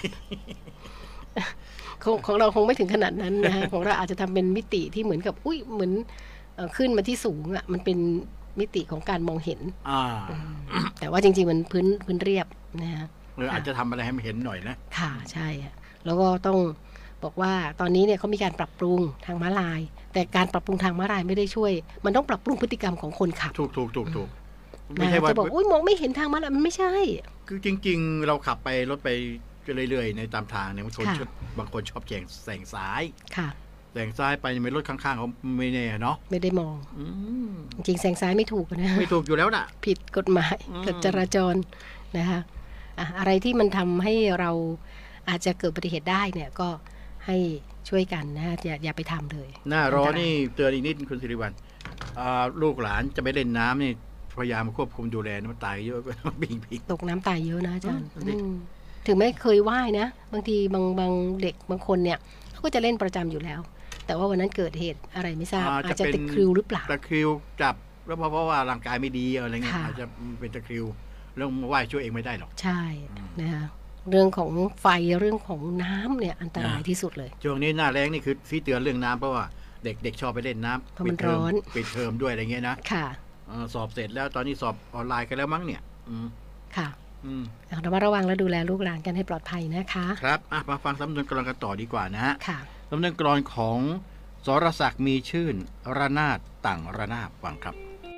ของเราคงไม่ถึงขนาดนั้นนะของเราอาจจะทำเป็นมิติที่เหมือนกับเหมือนขึ้นมาที่สูงอ่ะมันเป็นมิติของการมองเห็นแต่ว่าจริงๆมันพื้นเรียบนะฮะอาจจะทำอะไรให้มันเห็นหน่อยนะค่ะใช่แล้วก็ต้องบอกว่าตอนนี้เนี่ยเขามีการปรับปรุงทางม้าลายแต่การปรับปรุงทางม้าลายไม่ได้ช่วยมันต้องปรับปรุงพฤติกรรมของคนขับถูกไม่ใช่ว่าจะบอกมองไม่เห็นทางม้าลายมันไม่ใช่คือจริงๆเราขับไปรถไปเรื่อยๆในตามทางเนี่ยบางคนชอบแซงซ้ายค่ะแซงซ้ายไปในรถข้างๆเขาไม่แน่เนาะไม่ได้มองจริงแซงซ้ายไม่ถูกนะไม่ถูกอยู่แล้วน่ะผิดกฎหมายกฎจราจรนะคะอะไรที่มันทำให้เราอาจจะเกิดอุบัติเหตุได้เนี่ยก็ให้ช่วยกันนะอย่าไปทำเลยหน้าร้อนนี่เตือนอีกนิดคุณสิริวัลลูกหลานจะไปเล่นน้ำนี่พยายามควบคุมดูแลน้ำตายเยอะก็บิ่งตกน้ำตายเยอะนะอาจารย์ถึงไม่เคยว่ายนะบางทีบางเด็กบางคนเนี่ยเขาก็จะเล่นประจำอยู่แล้วแต่ว่าวันนั้นเกิดเหตุอะไรไม่ทราบอาจจะตะคริวหรือเปล่าตะคริวจับแล้วเพราะว่าร่างกายไม่ดีอะไรเงี้ยอาจจะเป็นตะคริวเรื่องว่ายช่วยเองไม่ได้หรอกใช่นะคะเรื่องของไฟเรื่องของน้ำเนี่ยอันตรายที่สุดเลยช่วงนี้หน้าแล้งนี่คือที่เตือนเรื่องน้ำเพราะว่าเด็กชอบไปเล่นน้ำเพราะมันร้อนปิดเทอมด้วยอะไรเงี้ยนะค่ะสอบเสร็จแล้วตอนนี้สอบออนไลน์กันแล้วมั้งเนี่ยค่ะเรามาระวังและดูแลลูกหลานกันให้ปลอดภัยนะคะครับมาฟังสำนวนกลอนกันต่อดีกว่านะฮะสำนวนกลอนของสรศักดิ์มีชื่นระนาดต่างระนาบฟังครับ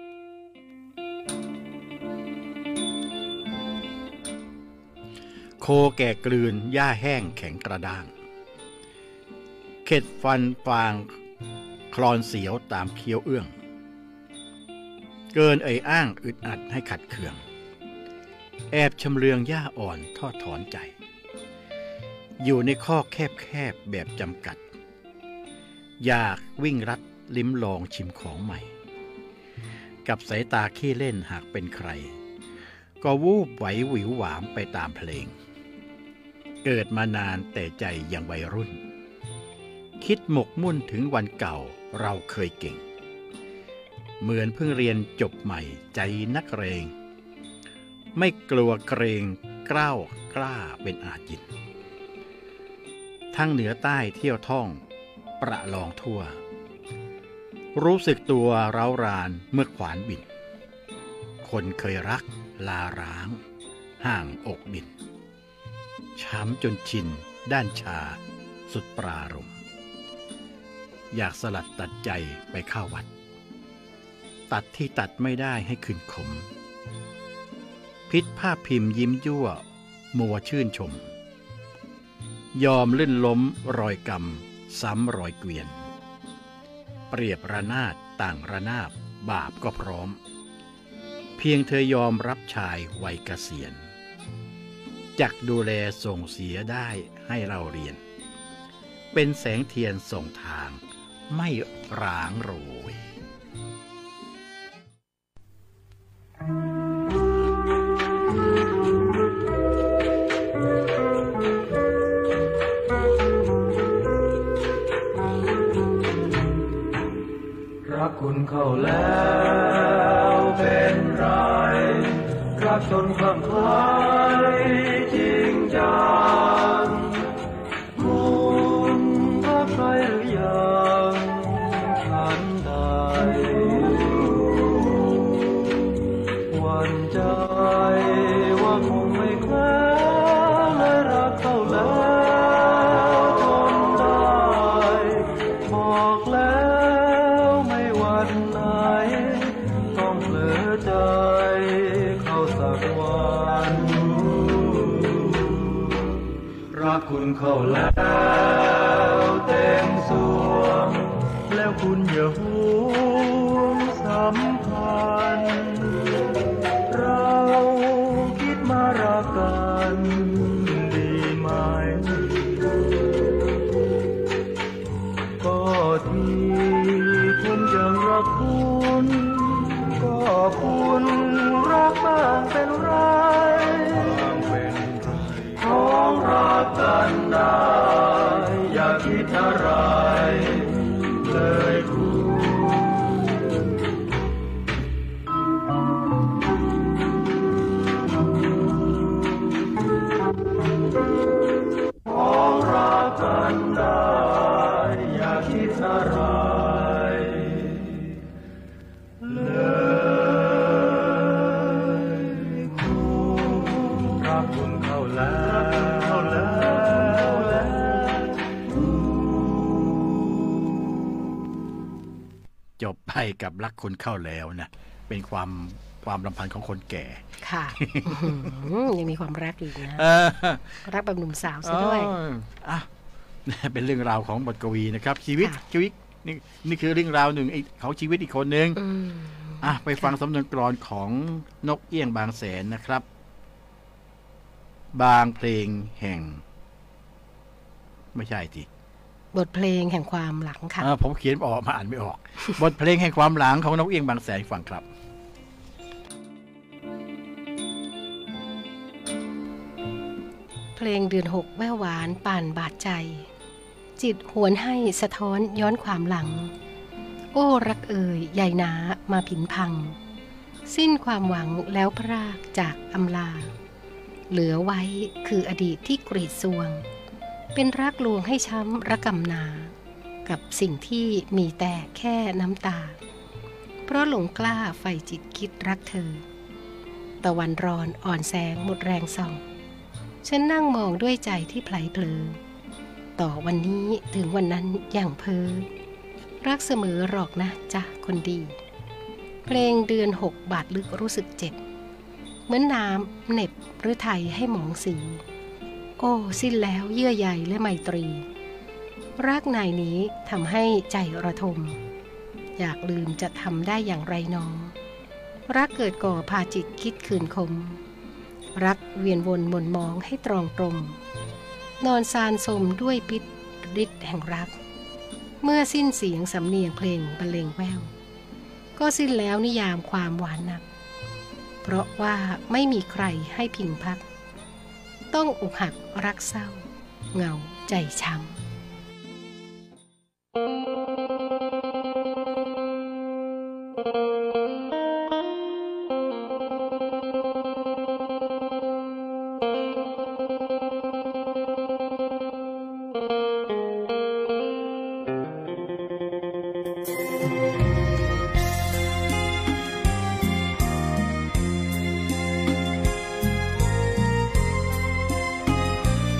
โคแก่กลืนหญ้าแห้งแข็งกระด้างเข็ดฟันฟางคลอนเสียวตามเคี้ยวเอื้องเกินอ้างอึดอัดให้ขัดเคืองแอบชำเลืองหญ้าอ่อนทอดถอนใจอยู่ในข้อแคบแบบจำกัดอยากวิ่งรัดลิ้มลองชิมของใหม่กับสายตาขี้เล่นหากเป็นใครก็วูบไหวหวิวหวามไปตามเพลงเกิดมานานแต่ใจยังวัยรุ่นคิดหมกมุ่นถึงวันเก่าเราเคยเก่งเหมือนเพิ่งเรียนจบใหม่ใจนักเรงไม่กลัวเกรงกล้ากล้าเป็นอาจิตทั้งเหนือใต้เที่ยวท่องประลองทั่วรู้สึกตัวเร้ารานเมื่อขวานบินคนเคยรักลาร้างห่างอกดินช้ำจนชินด้านชาสุดปรารภอยากสลัดตัดใจไปเข้าวัดตัดที่ตัดไม่ได้ให้คืนขมพิษภาพพิมพ์ยิ้มยั่วมัวชื่นชมยอมลื่นล้มรอยกรรมซ้ำรอยเกวียนเปรียบระนาดต่างระนาบบาปก็พร้อมเพียงเธอยอมรับชายวัยเกษียณจักดูแลส่งเสียได้ให้เราเรียนเป็นแสงเทียนส่งทางไม่ร้างโรยรักคุณเข้าแล้วเป็นไรรักจนคลั่งไคล้จริงจังคุณรักใครหรือยังฉันได้หวั่นใจว่าคงไม่แคล้วและรักเข้าแล้วจนได้บอกแล้วไม่หวั่นไหนต้องเผลอใจเข้าสักวันรักคุณเข้าแล้วเต็มสวงแล้วคุณอย่าห่วงสัมพันธ์เราคิดมารักกันดีไหมก็ที่ผมยังรักคุณก็คุณรักบ้างเป็นไรของรักกันได้อย่าคิดอะไรเลยของรักกันได้อย่าคิดอะไรรักคุณเข้าแล้วจบไปกับรักคุณเข้าแล้วนะเป็นความรำพันของคนแก่ค่ะยังมีความรักอีกนะรักแบบหนุ่มสาวซะด้วยเป็นเรื่องราวของบทกวีนะครับชีวิตนี่คือเรื่องราวหนึ่งเขาชีวิตอีกคนนึงไปฟังสำนวนกลอนของนกเอี้ยงบางแสนนะครับบางเพลงแห่งไม่ใช่ทีบทเพลงแห่งความหลังค่ะผมเขียนออกมาอ่านไม่ออก บทเพลงแห่งความหลังของนกเอี้ยงบางแสนฟังครับเพลงเดือน6แว่วหวานป่านบาดใจจิตหวนให้สะท้อนย้อนความหลังโอ้รักเอ่ยใหญ่หนามาผินพังสิ้นความหวังแล้วพรากจากอำลาเหลือไว้คืออดีตที่กรีดซวงเป็นรักลวงให้ช้ำระกำนากับสิ่งที่มีแต่แค่น้ำตาเพราะหลงกล้าใฝ่จิตคิดรักเธอตะวันร้อนอ่อนแสงหมดแรงส่องฉันนั่งมองด้วยใจที่ไผลเผลอต่อวันนี้ถึงวันนั้นอย่างเพ้อรักเสมอหรอกนะจ๊ะคนดีเพลงเดือน6บาดลึกรู้สึกเจ็บเหมือนน้ำเหน็บหรือไทยให้หมองสีโอ้สิ้นแล้วเยื่อใยและไมตรีรักนายนี้ทำให้ใจระทมอยากลืมจะทำได้อย่างไรน้องรักเกิดก่อพาจิตคิดคืนคมรักเวียนวนหม่นมองให้ตรองตรงนอนซานสมด้วยพิษฤทธิ์แห่งรักเมื่อสิ้นเสียงสำเนียงเพลงบรรเลงแว่วก็สิ้นแล้วนิยามความหวานหนักเพราะว่าไม่มีใครให้พิงพักต้องอกหักรักเศร้าเหงาใจช้ำเ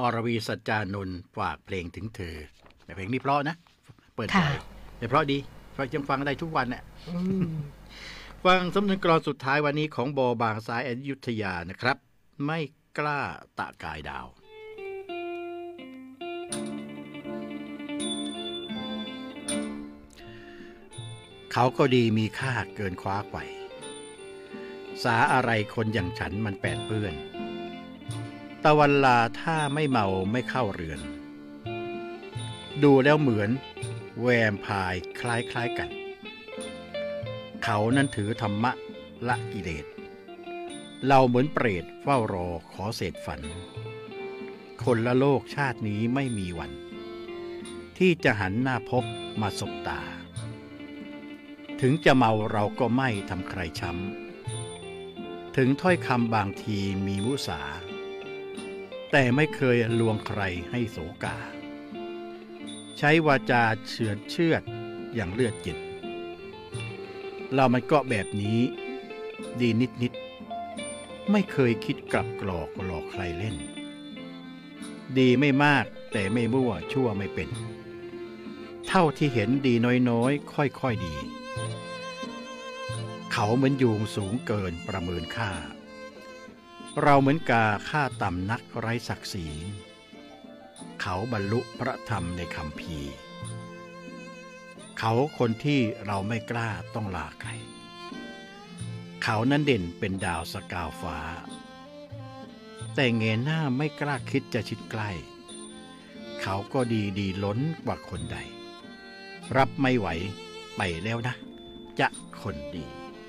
รวีสัจจานนท์ฝากเพลงถึงเธอแต่เพลงนี้เพราะนะเปิดใจแต่เพราะดีฟังจำฟังได้ทุกวันเนี่ยฟังสำนวนกลอนสุดท้ายวันนี้ของบางซ้ายอยุธยานะครับไม่กล้าตะกายดาวเขาก็ดีมีค่าเกินคว้าไขว่สาอะไรคนอย่างฉันมันแปดเปื้อนตะวันลาถ้าไม่เมาไม่เข้าเรือนดูแล้วเหมือนแวมไพร์คล้ายๆกันเขานั้นถือธรรมะละกิเลสเราเหมือนเปรตเฝ้ารอขอเศษฝันคนละโลกชาตินี้ไม่มีวันที่จะหันหน้าพบมาสบตาถึงจะเมาเราก็ไม่ทำใครช้ำถึงถ้อยคำบางทีมีมุสาแต่ไม่เคยลวงใครให้โศกาใช้วาจาเชือดอย่างเลือดจิตเรามันก็แบบนี้ดีนิดไม่เคยคิดกลับกรอกหลอกใครเล่นดีไม่มากแต่ไม่มั่วชั่วไม่เป็นเท่าที่เห็นดีน้อยๆค่อยๆดีเขาเหมือนยุงสูงเกินประเมินค่าเราเหมือนกาค่าต่ำนักไร้ศักดิ์ศรีเขาบรรลุพระธรรมในคัมภีร์เขาคนที่เราไม่กล้าต้องลาไกลเขานั้นเด่นเป็นดาวสกาวฟ้าแต่เงยหน้าไม่กล้าคิดจะชิดใกล้เขาก็ดีล้นกว่าคนใดรับไม่ไหวไปแล้วนะจะคนดี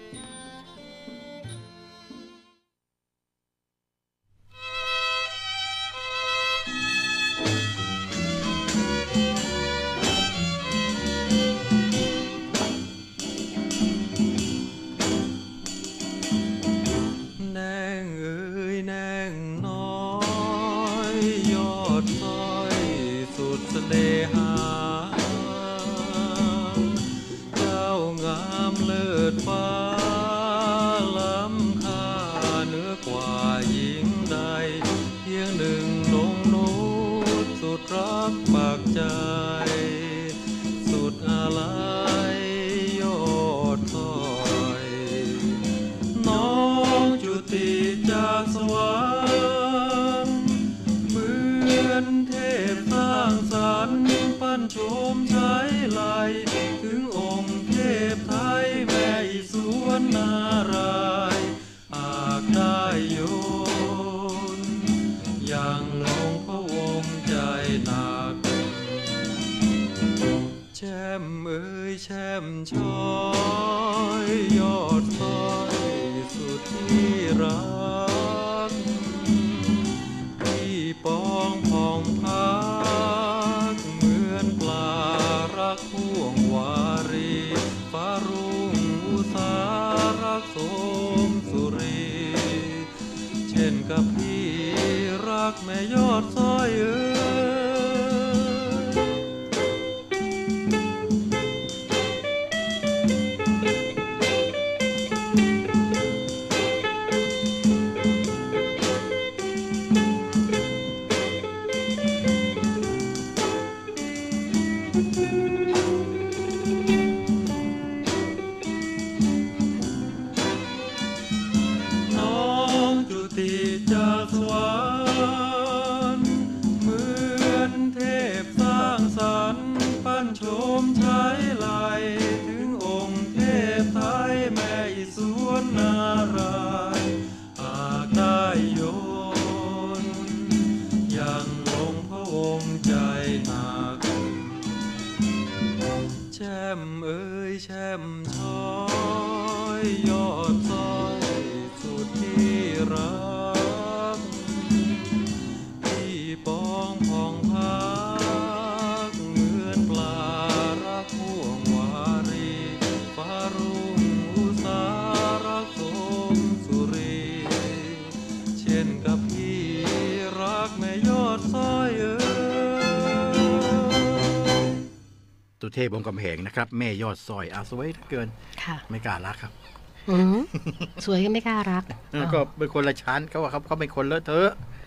ตุเทพวงกำแหงนะครับแม่ยอดซอยสวยเกินไม่กล้ารักครับสวยก็ไม่กล้ารักก็เป็นคนละชั้นเขาว่าเขาเป็นคนเลอะเทอะ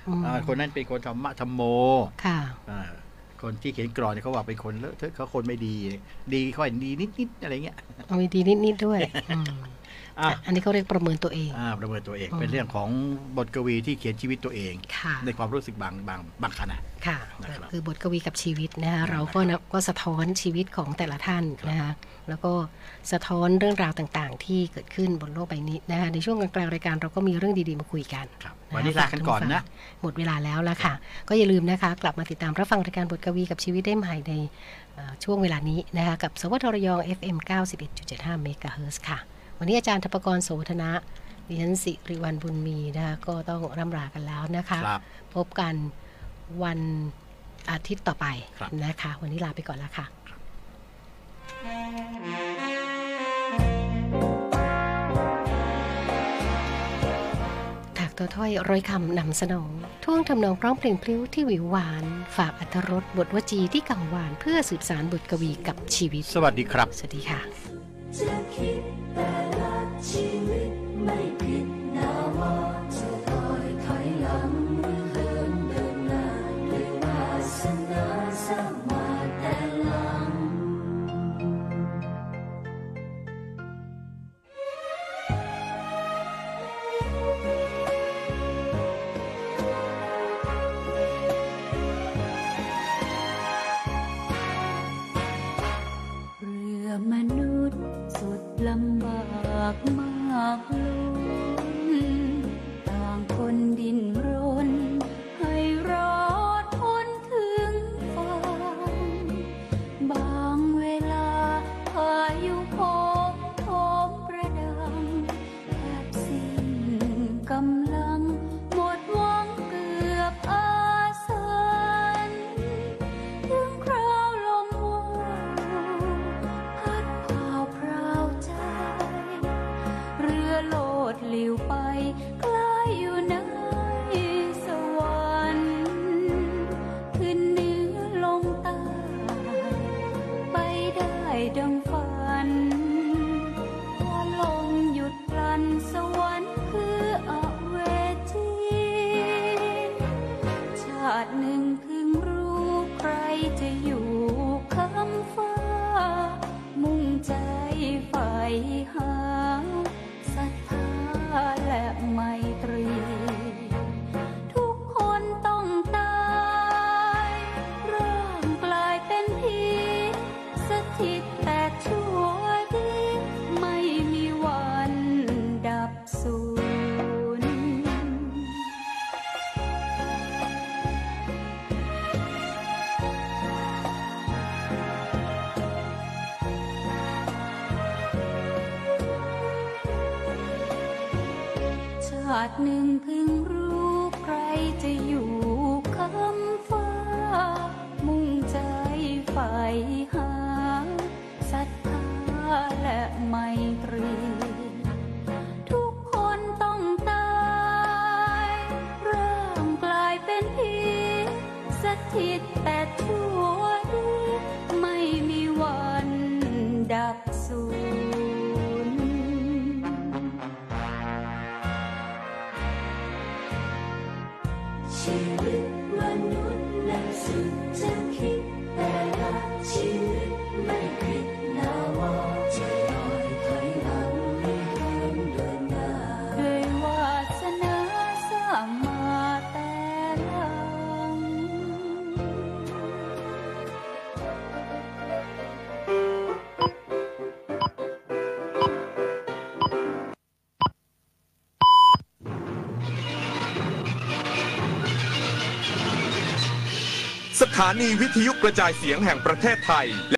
คนนั้นเป็นคนธรรมะธรรมโมค่ะคนที่เขียนกรอนเขาว่าเป็นคนเลอะเทอะเขาคนไม่ดีค่อยดีนิดๆอะไรเงี้ยไม่ดีนิดๆด้วยอันนี้เขาเรียกประเมินตัวเองประเมินตัวเองเป็นเรื่องของบทกวีที่เขียนชีวิตตัวเองในความรู้สึกบางขณะค่ะคือบทกวีกับชีวิตนะคะเราก็สะท้อนชีวิตของแต่ละท่านนะคะแล้วก็สะท้อนเรื่องราวต่างๆที่เกิดขึ้นบนโลกใบนี้นะคะในช่วงกลางรายการเราก็มีเรื่องดีๆมาคุยกันวันนี้ลากันก่อนนะหมดเวลาแล้วละค่ะก็อย่าลืมนะคะกลับมาติดตามรับฟังรายการบทกวีกับชีวิตได้ใหม่ในช่วงเวลานี้นะคะกับสวทรยอง FM 91.75 เมกะเฮิรตซ์ค่ะวันนี้อาจารย์ธปกร โสธนะดิฉันสิริวัลย์บุญมีนะคะก็ต้องร่ำลากันแล้วนะคะพบกันวันอาทิตย์ต่อไปนะคะวันนี้ลาไปก่อนแล้วค่ะถากตัวถ้อยร้อยคำนำสนองท่วงทำนองร้องเพลงพลิ้วที่หวิวหวานฝากอรรถรสบทวจีที่กังวานเพื่อสืบสานบทกวีกับชีวิตสวัสดีครับสวัสดีค่ะจะคิดแต่ละชีวิตไม่ผิดนะว่าจะลอยถอยหลังหรือเดินหน้าด้วยวาสนาสร้างมาแต่หลังเรือมนุษย์สุดลำบากมากล้นต่างคนดิ้นรนให้รอดพ้นถึงฝั่งบางเวลาพายุโหมโถมประดังแทบสิ้นกำลังหมดหวังเกือบอาสันถึงคราวลมพัดพาพราวใจเรือโลดหลิวไปใกล้อยู่ในสวรรค์ขึ้นเหนือลงใต้ไปได้ดังฝันพอลมหยุดพลันสวรรค์คืออเวจีชาติหนึ่งพึงรู้ใครจะอยู่คำฟ้ามุ่งใจใฝ่หาศรัทธาและไมตรีทุกคนต้องตายร่างกลายเป็นผีสถิตแต่ชั่วดีไม่มีวันดับสูญชาติหนึ่งพึงรู้ใครจะอยู่คำฟ้ามุ่งใจใฝ่หาศรัทธาและไมตรีทุกคนต้องตายร่างกลายเป็นผีสถิตแต่ชั่วดีไม่มีวันดับสูญชีวิตมนุษย์นั้นสุดจะคิดแต่ละชีวิตไม่ผิดนะว่าจะลอยถอยหลังหรือเดินหน้าด้วยวาสนาสร้างมาแต่หลังสถานีวิทยุกระจายเสียงแห่งประเทศไทย